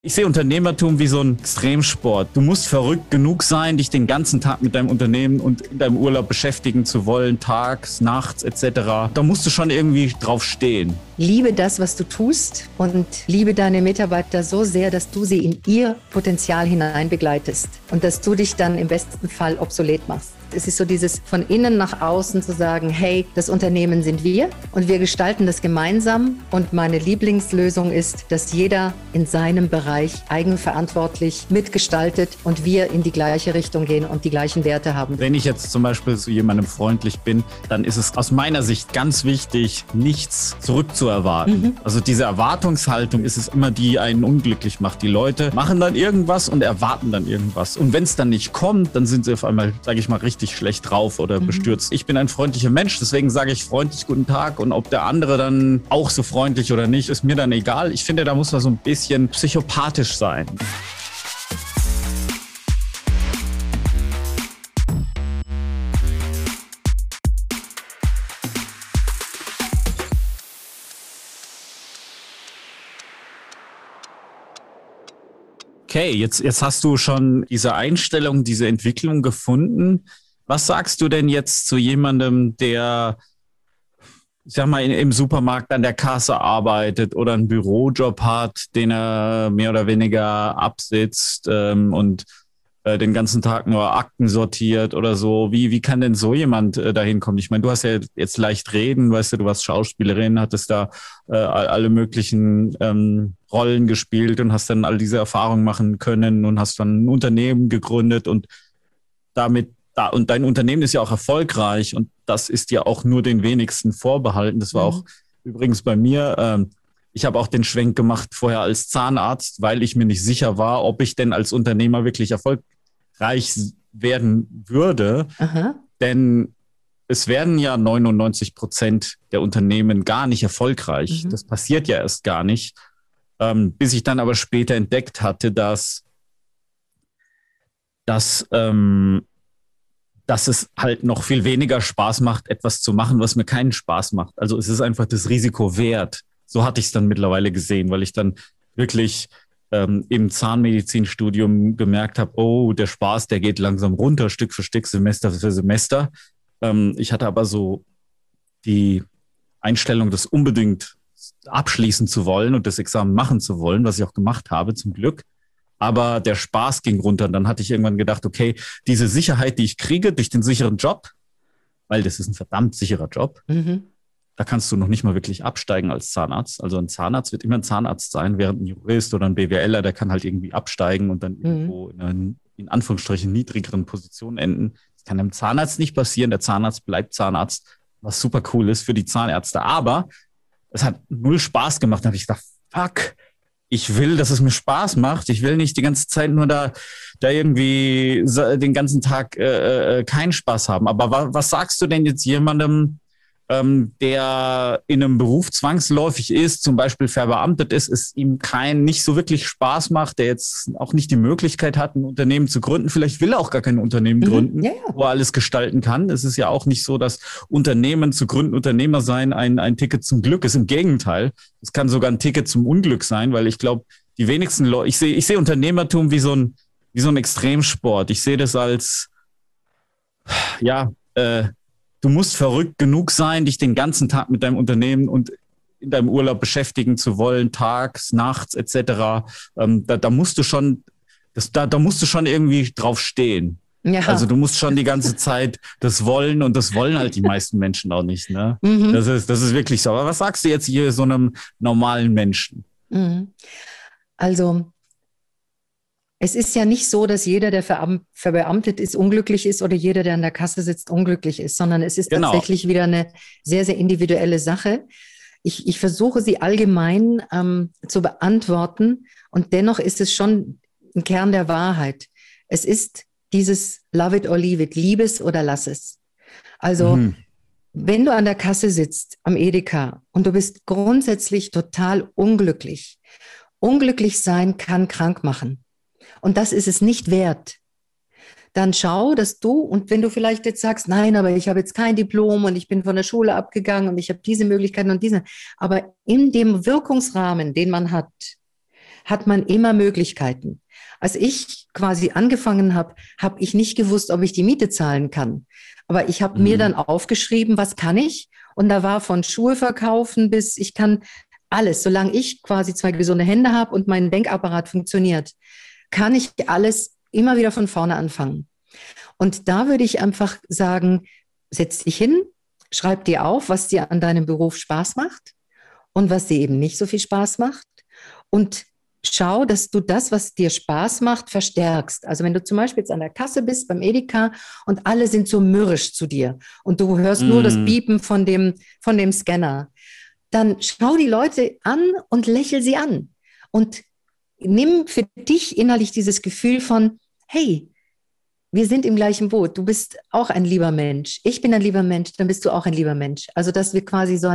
Ich sehe Unternehmertum wie so ein Extremsport. Du musst verrückt genug sein, dich den ganzen Tag mit deinem Unternehmen und in deinem Urlaub beschäftigen zu wollen, tags, nachts etc. Da musst du schon irgendwie drauf stehen. Liebe das, was du tust und liebe deine Mitarbeiter so sehr, dass du sie in ihr Potenzial hinein begleitest und dass du dich dann im besten Fall obsolet machst. Es ist so dieses von innen nach außen zu sagen, hey, das Unternehmen sind wir und wir gestalten das gemeinsam. Und meine Lieblingslösung ist, dass jeder in seinem Bereich eigenverantwortlich mitgestaltet und wir in die gleiche Richtung gehen und die gleichen Werte haben. Wenn ich jetzt zum Beispiel zu jemandem freundlich bin, dann ist es aus meiner Sicht ganz wichtig, nichts zurückzuerwarten. Also diese Erwartungshaltung ist es immer, die einen unglücklich macht. Die Leute machen dann irgendwas und erwarten dann irgendwas. Und wenn es dann nicht kommt, dann sind sie auf einmal, sage ich mal, richtig schlecht drauf oder bestürzt. Ich bin ein freundlicher Mensch, deswegen sage ich freundlich guten Tag und ob der andere dann auch so freundlich oder nicht, ist mir dann egal. Ich finde, da muss man so ein bisschen psychopathisch sein. Okay, jetzt hast du schon diese Einstellung, diese Entwicklung gefunden. Was sagst du denn jetzt zu jemandem, der, ich sag mal, im Supermarkt an der Kasse arbeitet oder einen Bürojob hat, den er mehr oder weniger absitzt und den ganzen Tag nur Akten sortiert oder so? Wie kann denn so jemand dahin kommen? Ich meine, du hast ja jetzt leicht reden, weißt du warst Schauspielerin, hattest da alle möglichen Rollen gespielt und hast dann all diese Erfahrungen machen können und hast dann ein Unternehmen gegründet und und dein Unternehmen ist ja auch erfolgreich und das ist ja auch nur den wenigsten vorbehalten. Das war auch übrigens bei mir. Ich habe auch den Schwenk gemacht vorher als Zahnarzt, weil ich mir nicht sicher war, ob ich denn als Unternehmer wirklich erfolgreich werden würde. Aha. Denn es werden ja 99% der Unternehmen gar nicht erfolgreich. Das passiert ja erst gar nicht. Bis ich dann aber später entdeckt hatte, dass es halt noch viel weniger Spaß macht, etwas zu machen, was mir keinen Spaß macht. Also es ist einfach das Risiko wert. So hatte ich es dann mittlerweile gesehen, weil ich dann wirklich im Zahnmedizinstudium gemerkt habe, oh, der Spaß, der geht langsam runter, Stück für Stück, Semester für Semester. Ich hatte aber so die Einstellung, das unbedingt abschließen zu wollen und das Examen machen zu wollen, was ich auch gemacht habe, zum Glück. Aber der Spaß ging runter. Und dann hatte ich irgendwann gedacht, okay, diese Sicherheit, die ich kriege durch den sicheren Job, weil das ist ein verdammt sicherer Job, da kannst du noch nicht mal wirklich absteigen als Zahnarzt. Also ein Zahnarzt wird immer ein Zahnarzt sein, während ein Jurist oder ein BWLer, der kann halt irgendwie absteigen und dann irgendwo in einer, in Anführungsstrichen, niedrigeren Position enden. Das kann einem Zahnarzt nicht passieren. Der Zahnarzt bleibt Zahnarzt, was super cool ist für die Zahnärzte. Aber es hat null Spaß gemacht. Da habe ich gedacht, fuck, ich will, dass es mir Spaß macht. Ich will nicht die ganze Zeit nur da irgendwie den ganzen Tag keinen Spaß haben. Aber was sagst du denn jetzt jemandem, der in einem Beruf zwangsläufig ist, zum Beispiel verbeamtet ist, es ihm nicht so wirklich Spaß macht, der jetzt auch nicht die Möglichkeit hat, ein Unternehmen zu gründen. Vielleicht will er auch gar kein Unternehmen gründen, wo er alles gestalten kann. Es ist ja auch nicht so, dass Unternehmen zu gründen, Unternehmer sein, ein Ticket zum Glück ist. Im Gegenteil, es kann sogar ein Ticket zum Unglück sein, weil ich glaube, die wenigsten Leute, ich sehe Unternehmertum wie so ein Extremsport. Ich sehe das als, du musst verrückt genug sein, dich den ganzen Tag mit deinem Unternehmen und in deinem Urlaub beschäftigen zu wollen, tags, nachts etc. Da musst du schon irgendwie drauf stehen. Ja. Also du musst schon die ganze Zeit das wollen und das wollen halt die meisten Menschen auch nicht. Ne? Das ist wirklich so. Aber was sagst du jetzt hier so einem normalen Menschen? Also es ist ja nicht so, dass jeder, der verbeamtet ist, unglücklich ist oder jeder, der an der Kasse sitzt, unglücklich ist, sondern es ist tatsächlich wieder eine sehr, sehr individuelle Sache. Ich versuche sie allgemein zu beantworten und dennoch ist es schon ein Kern der Wahrheit. Es ist dieses Love it or leave it, lieb es oder lass es. Also wenn du an der Kasse sitzt am Edeka und du bist grundsätzlich total unglücklich, unglücklich sein kann krank machen. Und das ist es nicht wert. Dann schau, dass du, und wenn du vielleicht jetzt sagst, nein, aber ich habe jetzt kein Diplom und ich bin von der Schule abgegangen und ich habe diese Möglichkeiten und diese, aber in dem Wirkungsrahmen, den man hat, hat man immer Möglichkeiten. Als ich quasi angefangen habe, habe ich nicht gewusst, ob ich die Miete zahlen kann. Aber ich habe mir dann aufgeschrieben, was kann ich? Und da war von Schuhe verkaufen bis ich kann alles, solange ich quasi 2 gesunde Hände habe und mein Denkapparat funktioniert, kann ich alles immer wieder von vorne anfangen. Und da würde ich einfach sagen, setz dich hin, schreib dir auf, was dir an deinem Beruf Spaß macht und was dir eben nicht so viel Spaß macht. Und schau, dass du das, was dir Spaß macht, verstärkst. Also wenn du zum Beispiel jetzt an der Kasse bist beim Edeka und alle sind so mürrisch zu dir und du hörst nur das Piepen von dem Scanner, dann schau die Leute an und lächel sie an. Und nimm für dich innerlich dieses Gefühl von, hey, wir sind im gleichen Boot. Du bist auch ein lieber Mensch. Ich bin ein lieber Mensch, dann bist du auch ein lieber Mensch. Also, dass wir quasi so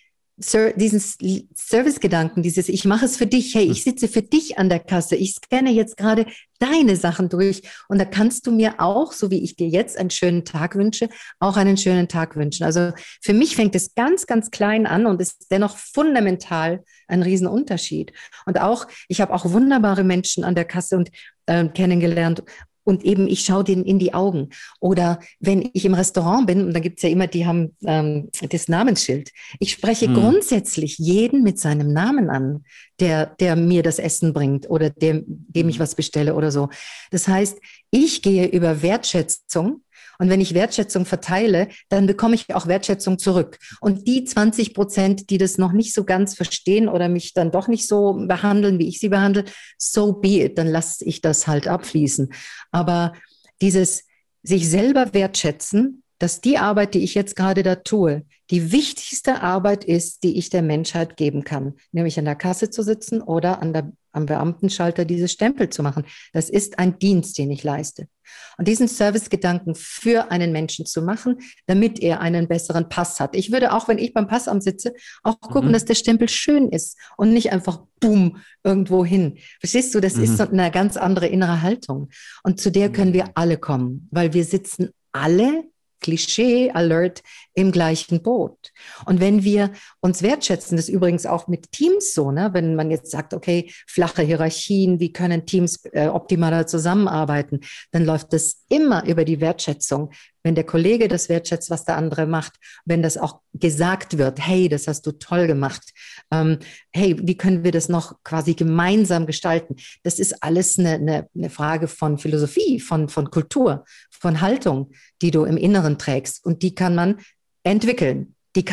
diesen Service-Gedanken, dieses ich mache es für dich, hey, ich sitze für dich an der Kasse, ich scanne jetzt gerade deine Sachen durch und da kannst du mir auch, so wie ich dir jetzt einen schönen Tag wünsche, auch einen schönen Tag wünschen. Also für mich fängt es ganz, ganz klein an und ist dennoch fundamental ein Riesenunterschied. Und auch, ich habe auch wunderbare Menschen an der Kasse und kennengelernt. Und eben, ich schaue denen in die Augen. Oder wenn ich im Restaurant bin, und da gibt es ja immer, die haben das Namensschild. Ich spreche grundsätzlich jeden mit seinem Namen an, der mir das Essen bringt oder dem ich was bestelle oder so. Das heißt, ich gehe über Wertschätzung. Und wenn ich Wertschätzung verteile, dann bekomme ich auch Wertschätzung zurück. Und die 20%, die das noch nicht so ganz verstehen oder mich dann doch nicht so behandeln, wie ich sie behandle, so be it, dann lasse ich das halt abfließen. Aber dieses sich selber wertschätzen, dass die Arbeit, die ich jetzt gerade da tue, die wichtigste Arbeit ist, die ich der Menschheit geben kann, nämlich an der Kasse zu sitzen oder am Beamtenschalter diese Stempel zu machen. Das ist ein Dienst, den ich leiste. Und diesen Servicegedanken für einen Menschen zu machen, damit er einen besseren Pass hat. Ich würde auch, wenn ich beim Passamt sitze, auch gucken, dass der Stempel schön ist und nicht einfach boom irgendwo hin. Verstehst du, das ist so eine ganz andere innere Haltung. Und zu der können wir alle kommen, weil wir sitzen alle Klischee-Alert im gleichen Boot. Und wenn wir uns wertschätzen, das ist übrigens auch mit Teams so, ne? Wenn man jetzt sagt, okay, flache Hierarchien, wie können Teams optimaler zusammenarbeiten, dann läuft das immer über die Wertschätzung. Wenn der Kollege das wertschätzt, was der andere macht, wenn das auch gesagt wird, hey, das hast du toll gemacht, hey, wie können wir das noch quasi gemeinsam gestalten? Das ist alles eine Frage von Philosophie, von Kultur, von Haltung, die du im Inneren trägst. Und die kann man entwickeln.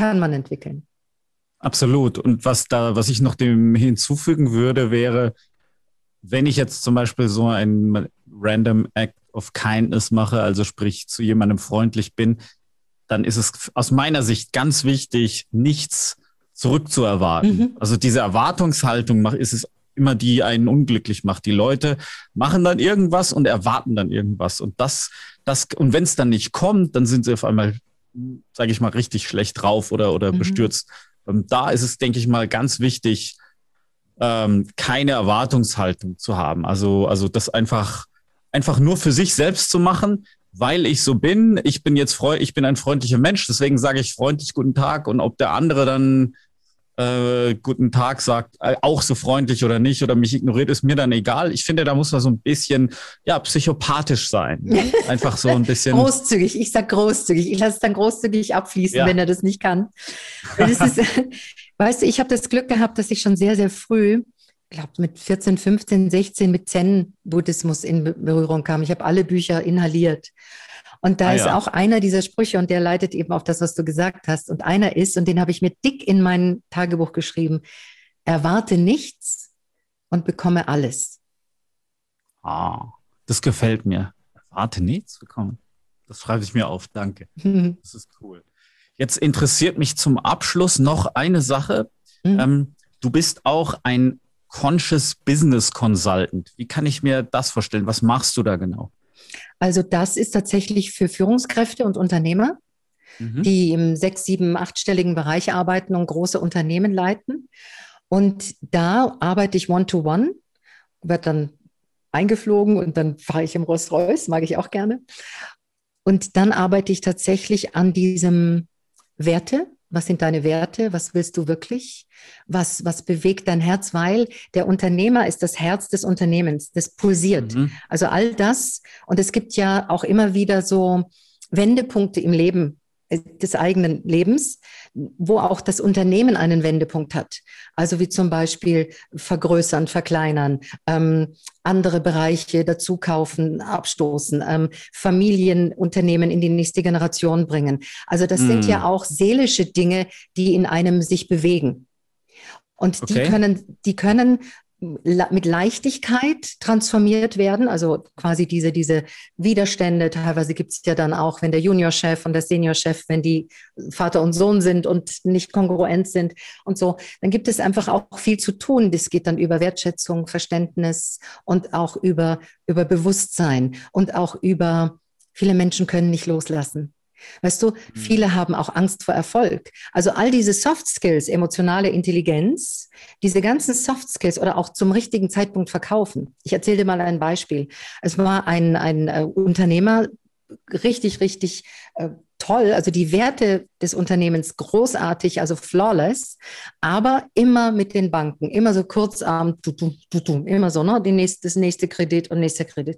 Absolut. Und was ich noch dem hinzufügen würde, wäre, wenn ich jetzt zum Beispiel so ein random Act of Kindness mache, also sprich zu jemandem freundlich bin, dann ist es aus meiner Sicht ganz wichtig, nichts zurückzuerwarten. Also diese Erwartungshaltung ist es immer, die einen unglücklich macht. Die Leute machen dann irgendwas und erwarten dann irgendwas. Und und wenn es dann nicht kommt, dann sind sie auf einmal, sage ich mal, richtig schlecht drauf oder bestürzt. Da ist es, denke ich mal, ganz wichtig, keine Erwartungshaltung zu haben. Also das einfach nur für sich selbst zu machen, weil ich so bin. Ich bin ein freundlicher Mensch, deswegen sage ich freundlich guten Tag. Und ob der andere dann guten Tag sagt, auch so freundlich oder nicht, oder mich ignoriert, ist mir dann egal. Ich finde, da muss man so ein bisschen, psychopathisch sein. Ne? Einfach so ein bisschen. Großzügig, ich sag großzügig. Ich lasse es dann großzügig abfließen, wenn er das nicht kann. Das ist, weißt du, ich habe das Glück gehabt, dass ich schon sehr, sehr früh, ich glaube mit 14, 15, 16 mit Zen-Buddhismus in Berührung kam. Ich habe alle Bücher inhaliert. Und da ist auch einer dieser Sprüche und der leitet eben auf das, was du gesagt hast. Und einer ist, und den habe ich mir dick in mein Tagebuch geschrieben, erwarte nichts und bekomme alles. Das gefällt mir. Erwarte nichts bekommen. Das schreibe ich mir auf, danke. Das ist cool. Jetzt interessiert mich zum Abschluss noch eine Sache. Du bist auch ein Conscious Business Consultant. Wie kann ich mir das vorstellen? Was machst du da genau? Also das ist tatsächlich für Führungskräfte und Unternehmer, die im 6-, 7-, 8-stelligen Bereich arbeiten und große Unternehmen leiten. Und da arbeite ich One-to-One, werde dann eingeflogen und dann fahre ich im Rolls-Royce, mag ich auch gerne. Und dann arbeite ich tatsächlich an diesem Werte Was sind deine Werte? Was willst du wirklich? Was bewegt dein Herz? Weil der Unternehmer ist das Herz des Unternehmens, das pulsiert. Mhm. Also all das. Und es gibt ja auch immer wieder so Wendepunkte im Leben des eigenen Lebens, wo auch das Unternehmen einen Wendepunkt hat. Also wie zum Beispiel vergrößern, verkleinern, andere Bereiche dazu kaufen, abstoßen, Familienunternehmen in die nächste Generation bringen. Also das sind ja auch seelische Dinge, die in einem sich bewegen. Und Okay. die können mit Leichtigkeit transformiert werden, also quasi diese Widerstände, teilweise gibt es ja dann auch, wenn der Juniorchef und der Seniorchef, wenn die Vater und Sohn sind und nicht kongruent sind und so, dann gibt es einfach auch viel zu tun. Das geht dann über Wertschätzung, Verständnis und auch über Bewusstsein und auch über, viele Menschen können nicht loslassen. Weißt du, Mhm. viele haben auch Angst vor Erfolg. Also all diese Soft Skills, emotionale Intelligenz, diese ganzen Soft Skills oder auch zum richtigen Zeitpunkt verkaufen. Ich erzähle dir mal ein Beispiel. Es war ein Unternehmer, richtig toll, also die Werte des Unternehmens großartig, also flawless, aber immer mit den Banken, immer so kurzarm, immer so, ne? Das nächste Kredit und nächster Kredit.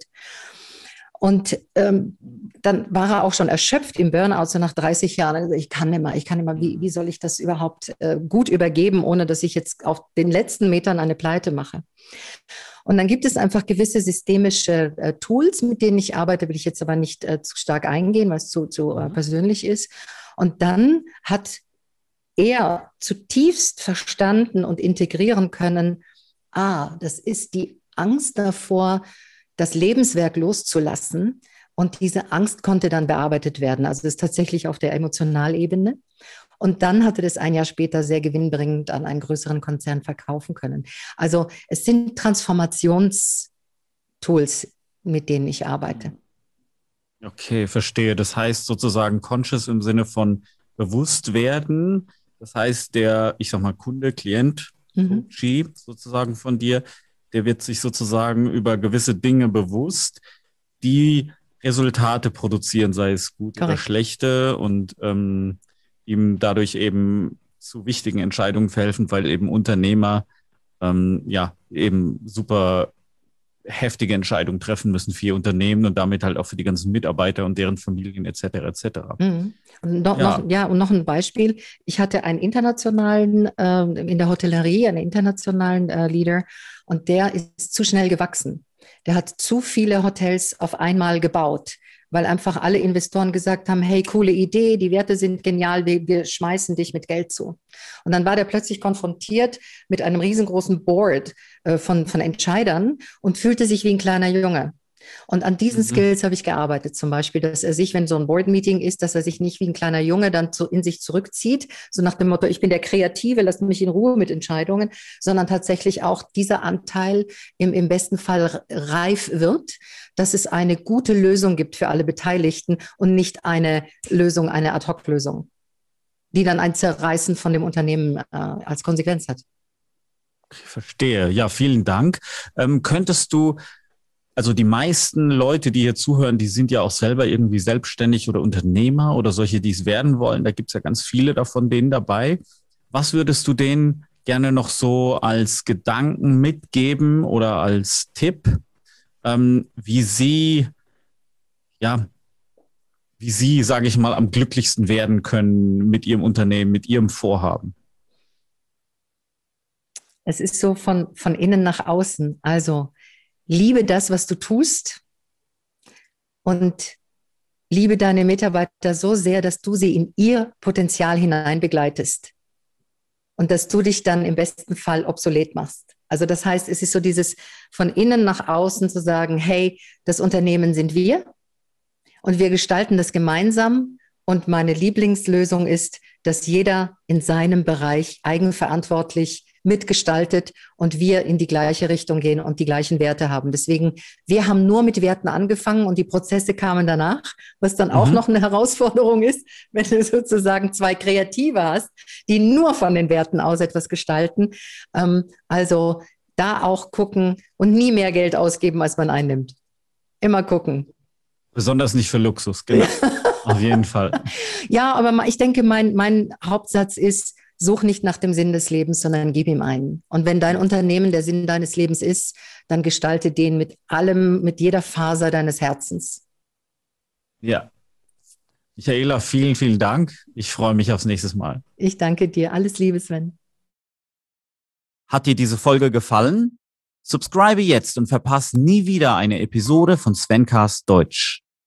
Und dann war er auch schon erschöpft im Burnout, so nach 30 Jahren. Also ich kann nicht mehr, wie soll ich das überhaupt gut übergeben, ohne dass ich jetzt auf den letzten Metern eine Pleite mache? Und dann gibt es einfach gewisse systemische Tools, mit denen ich arbeite, will ich jetzt aber nicht zu stark eingehen, weil es zu persönlich ist. Und dann hat er zutiefst verstanden und integrieren können, das ist die Angst davor, das Lebenswerk loszulassen. Und diese Angst konnte dann bearbeitet werden. Also das ist tatsächlich auf der Emotionalebene. Und dann hatte das ein Jahr später sehr gewinnbringend an einen größeren Konzern verkaufen können. Also es sind Transformationstools, mit denen ich arbeite. Okay, verstehe. Das heißt sozusagen conscious im Sinne von bewusst werden. Das heißt, der, ich sag mal, Kunde, Klient, Mhm. Coachee sozusagen von dir, der wird sich sozusagen über gewisse Dinge bewusst, die Resultate produzieren, sei es gut oder Korrekt. schlechte, und ihm dadurch eben zu wichtigen Entscheidungen verhelfen, weil eben Unternehmer ja eben super heftige Entscheidungen treffen müssen für ihr Unternehmen und damit halt auch für die ganzen Mitarbeiter und deren Familien etc. etc. Mhm. Und Ja. und noch ein Beispiel. Ich hatte einen internationalen, in der Hotellerie, einen internationalen Leader und der ist zu schnell gewachsen. Der hat zu viele Hotels auf einmal gebaut, weil einfach alle Investoren gesagt haben, hey, coole Idee, die Werte sind genial, wir schmeißen dich mit Geld zu. Und dann war der plötzlich konfrontiert mit einem riesengroßen Board von Entscheidern und fühlte sich wie ein kleiner Junge. Und an diesen Mhm. Skills habe ich gearbeitet, zum Beispiel, dass er sich, wenn so ein Board-Meeting ist, dass er sich nicht wie ein kleiner Junge dann in sich zurückzieht, so nach dem Motto, ich bin der Kreative, lasst mich in Ruhe mit Entscheidungen, sondern tatsächlich auch dieser Anteil im besten Fall reif wird, dass es eine gute Lösung gibt für alle Beteiligten und nicht eine Lösung, eine Ad-Hoc-Lösung, die dann ein Zerreißen von dem Unternehmen als Konsequenz hat. Ich verstehe. Ja, vielen Dank. Könntest du, also die meisten Leute, die hier zuhören, die sind ja auch selber irgendwie selbstständig oder Unternehmer oder solche, die es werden wollen. Da gibt es ja ganz viele davon denen dabei. Was würdest du denen gerne noch so als Gedanken mitgeben oder als Tipp, wie sie, ja, wie sie, sage ich mal, am glücklichsten werden können mit ihrem Unternehmen, mit ihrem Vorhaben? Es ist so von innen nach außen. Also liebe das, was du tust und liebe deine Mitarbeiter so sehr, dass du sie in ihr Potenzial hinein begleitest und dass du dich dann im besten Fall obsolet machst. Also das heißt, es ist so dieses von innen nach außen zu sagen, hey, das Unternehmen sind wir und wir gestalten das gemeinsam. Und meine Lieblingslösung ist, dass jeder in seinem Bereich eigenverantwortlich mitgestaltet und wir in die gleiche Richtung gehen und die gleichen Werte haben. Deswegen, wir haben nur mit Werten angefangen und die Prozesse kamen danach, was dann auch Mhm. noch eine Herausforderung ist, wenn du sozusagen zwei Kreative hast, die nur von den Werten aus etwas gestalten. Also da auch gucken und nie mehr Geld ausgeben, als man einnimmt. Immer gucken. Besonders nicht für Luxus, genau. Auf jeden Fall. Ja, aber ich denke, mein Hauptsatz ist, such nicht nach dem Sinn des Lebens, sondern gib ihm einen. Und wenn dein Unternehmen der Sinn deines Lebens ist, dann gestalte den mit allem, mit jeder Faser deines Herzens. Ja. Michaela, vielen, vielen Dank. Ich freue mich aufs nächste Mal. Ich danke dir. Alles Liebe, Sven. Hat dir diese Folge gefallen? Subscribe jetzt und verpasse nie wieder eine Episode von Svencast Deutsch.